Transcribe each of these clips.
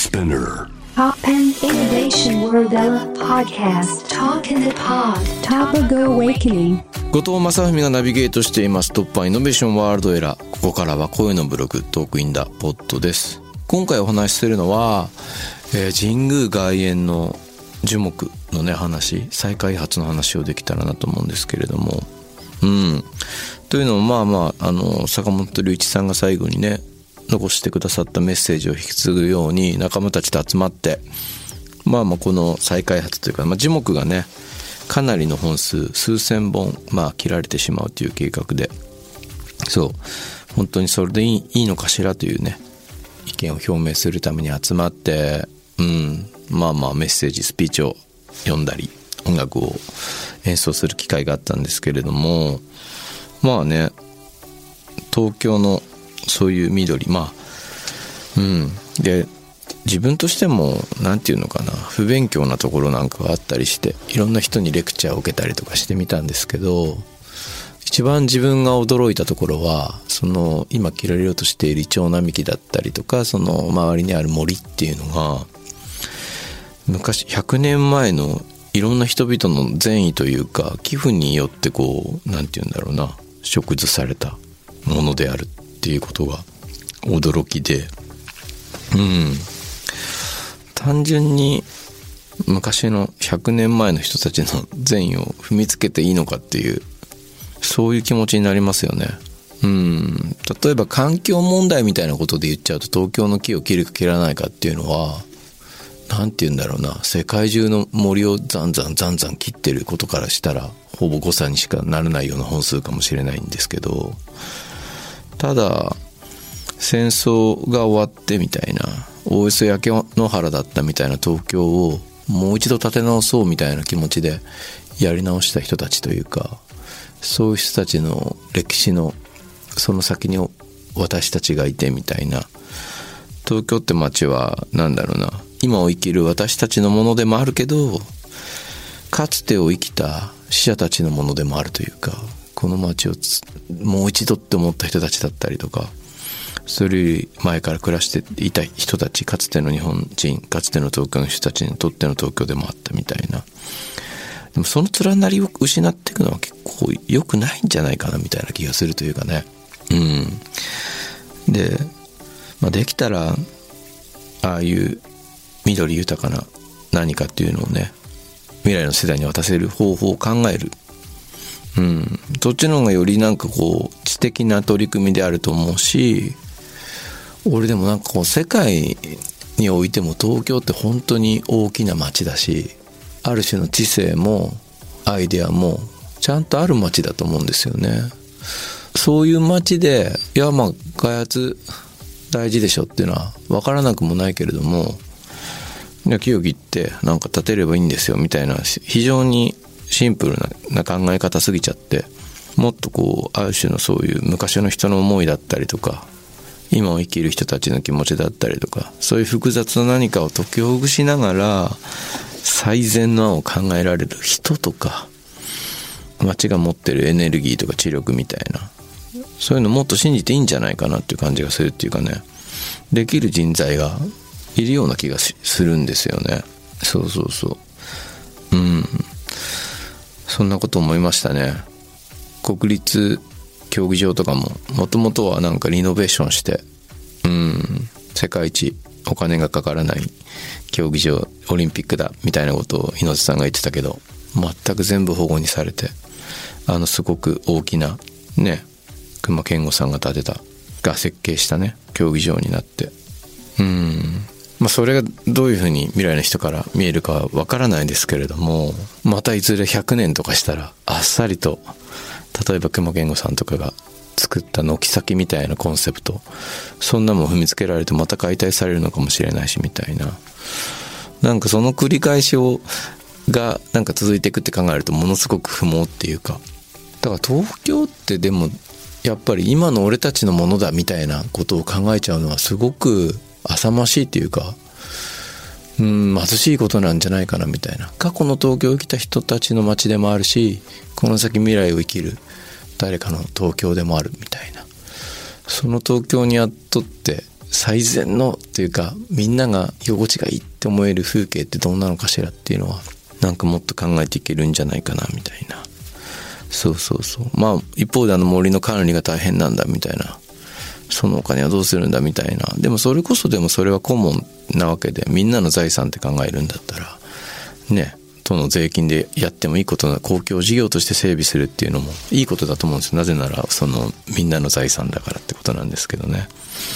Spinner Poppen Innovation World Podcast Talk in the Pod Topago Awakening 後藤正文がナビゲートしています突破イノベーションワールドエラー。ここからは声のブログトークインダポッドです。今回お話しするのは、神宮外苑の樹木のね話、再開発の話をできたらなと思うんですけれども、というのも坂本龍一さんが最後にね残してくださったメッセージを引き継ぐように仲間たちと集まってこの再開発というか、樹木がねかなりの本数数千本切られてしまうという計画で、本当にそれでいいのかしらというね意見を表明するために集まって、メッセージスピーチを読んだり音楽を演奏する機会があったんですけれども、東京のそういう緑で自分としても不勉強なところなんかがあったりして、いろんな人にレクチャーを受けたりとかしてみたんですけど、一番自分が驚いたところはその今切られようとしているイチョウ並木だったりとか、その周りにある森っていうのが昔100年前のいろんな人々の善意というか寄付によって植樹されたものであるっていうことが驚きで、単純に昔の100年前の人たちの善意を踏みつけていいのかっていう、そういう気持ちになりますよね。例えば環境問題みたいなことで言っちゃうと、東京の木を切るか切らないかっていうのは世界中の森をザンザン切ってることからしたらほぼ誤差にしかならないような本数かもしれないんですけど、ただ戦争が終わってみたいな、おおよそ焼け野原だったみたいな東京をもう一度立て直そうみたいな気持ちでやり直した人たちというか、そういう人たちの歴史のその先に私たちがいてみたいな、東京って街は今を生きる私たちのものでもあるけど、かつてを生きた死者たちのものでもあるというか、この街をもう一度って思った人たちだったりとか、それより前から暮らしていた人たち、かつての日本人、かつての東京の人たちにとっての東京でもあったみたいな。でもその連なりを失っていくのは結構良くないんじゃないかなみたいな気がするというかね。で、できたらああいう緑豊かな何かっていうのをね、未来の世代に渡せる方法を考える。そっちの方がより知的な取り組みであると思うし、俺でも世界においても東京って本当に大きな街だし、ある種の知性もアイデアもちゃんとある街だと思うんですよね。そういう街で開発大事でしょっていうのは分からなくもないけれども、木を切って建てればいいんですよみたいな非常にシンプルな考え方すぎちゃって、もっとある種のそういう昔の人の思いだったりとか、今を生きる人たちの気持ちだったりとか、そういう複雑な何かを解きほぐしながら最善の案を考えられる人とか、街が持ってるエネルギーとか知力みたいな、そういうのもっと信じていいんじゃないかなっていう感じがするっていうかね、できる人材がいるような気がするんですよね。そんなこと思いましたね。国立競技場とかももともとはリノベーションして、世界一お金がかからない競技場、オリンピックだみたいなことを猪瀬さんが言ってたけど、全く全部保護にされて、すごく大きなね、隈研吾さんが設計したね競技場になって、それがどういうふうに未来の人から見えるかはわからないですけれども、またいずれ100年とかしたらあっさりと、例えば隈研吾さんとかが作った軒先みたいなコンセプト、そんなもん踏みつけられてまた解体されるのかもしれないしみたいな、その繰り返しが続いていくって考えるとものすごく不毛っていうか、だから東京ってでもやっぱり今の俺たちのものだみたいなことを考えちゃうのはすごく浅ましいっていうか、貧しいことなんじゃないかなみたいな。過去の東京を生きた人たちの街でもあるし、この先未来を生きる誰かの東京でもあるみたいな、その東京にやっとって最善のっていうか、みんなが居心地がいいって思える風景ってどんなのかしらっていうのは、なんかもっと考えていけるんじゃないかなみたいな。そうそうそう。まあ一方で森の管理が大変なんだみたいな、そのお金はどうするんだみたいな。でもそれこそでもそれはコモンなわけで、みんなの財産って考えるんだったらね、都の税金でやってもいいことな、公共事業として整備するっていうのもいいことだと思うんですよ。なぜならそのみんなの財産だからってことなんですけどね。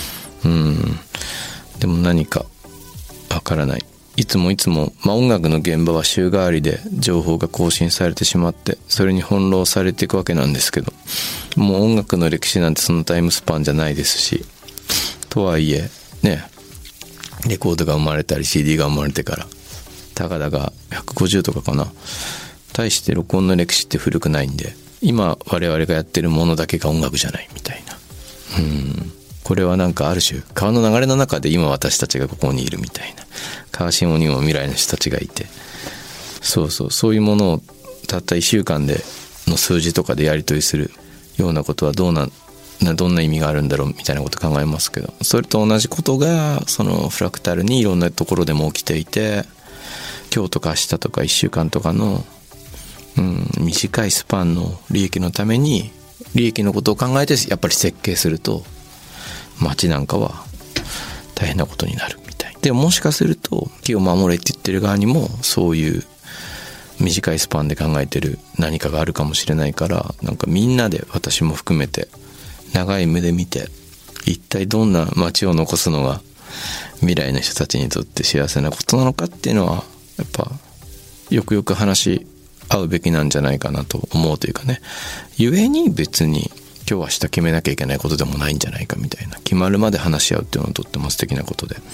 でも何かわからない。いつも、音楽の現場は週替わりで情報が更新されてしまって、それに翻弄されていくわけなんですけど、もう音楽の歴史なんてそのタイムスパンじゃないですし、とはいえね、レコードが生まれたり CD が生まれてからたかだが150とかかな、対して録音の歴史って古くないんで、今我々がやってるものだけが音楽じゃないみたいな。これはなんかある種川の流れの中で今私たちがここにいるみたいな、川下にも未来の人たちがいて、そういうものをたった1週間での数字とかでやり取りするようなことはどんな意味があるんだろうみたいなこと考えますけど、それと同じことがそのフラクタルにいろんなところでも起きていて、今日とか明日とか1週間とかの、短いスパンの利益のために利益のことを考えてやっぱり設計すると、街なんかは大変なことになるみたいで、もしかすると木を守れって言ってる側にもそういう短いスパンで考えてる何かがあるかもしれないから、なんかみんなで、私も含めて長い目で見て、一体どんな街を残すのが未来の人たちにとって幸せなことなのかっていうのは、やっぱよくよく話し合うべきなんじゃないかなと思うというかね。故に別に今日明日決めなきゃいけないことでもないんじゃないかみたいな、決まるまで話し合うっていうのはとっても素敵なことで、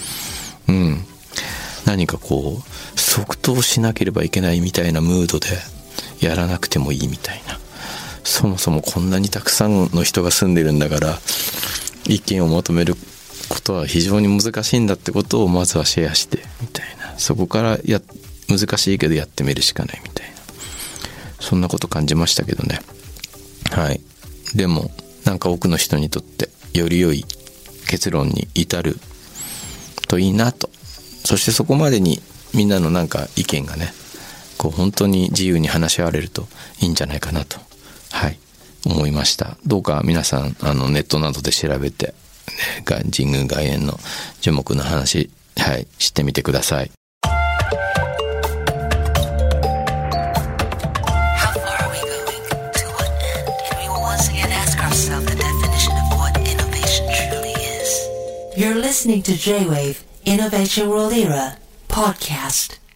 何かこう即答しなければいけないみたいなムードでやらなくてもいいみたいな、そもそもこんなにたくさんの人が住んでるんだから意見を求めることは非常に難しいんだってことをまずはシェアしてみたいな、そこから難しいけどやってみるしかないみたいな、そんなこと感じましたけどね。はい。でもなんか多くの人にとってより良い結論に至るといいなと、そしてそこまでにみんなのなんか意見がね、こう本当に自由に話し合われるといいんじゃないかなと、思いました。どうか皆さんネットなどで調べて、神宮外苑の樹木の話、知ってみてください。 You're listening to J-Wave Innovation World Era podcast.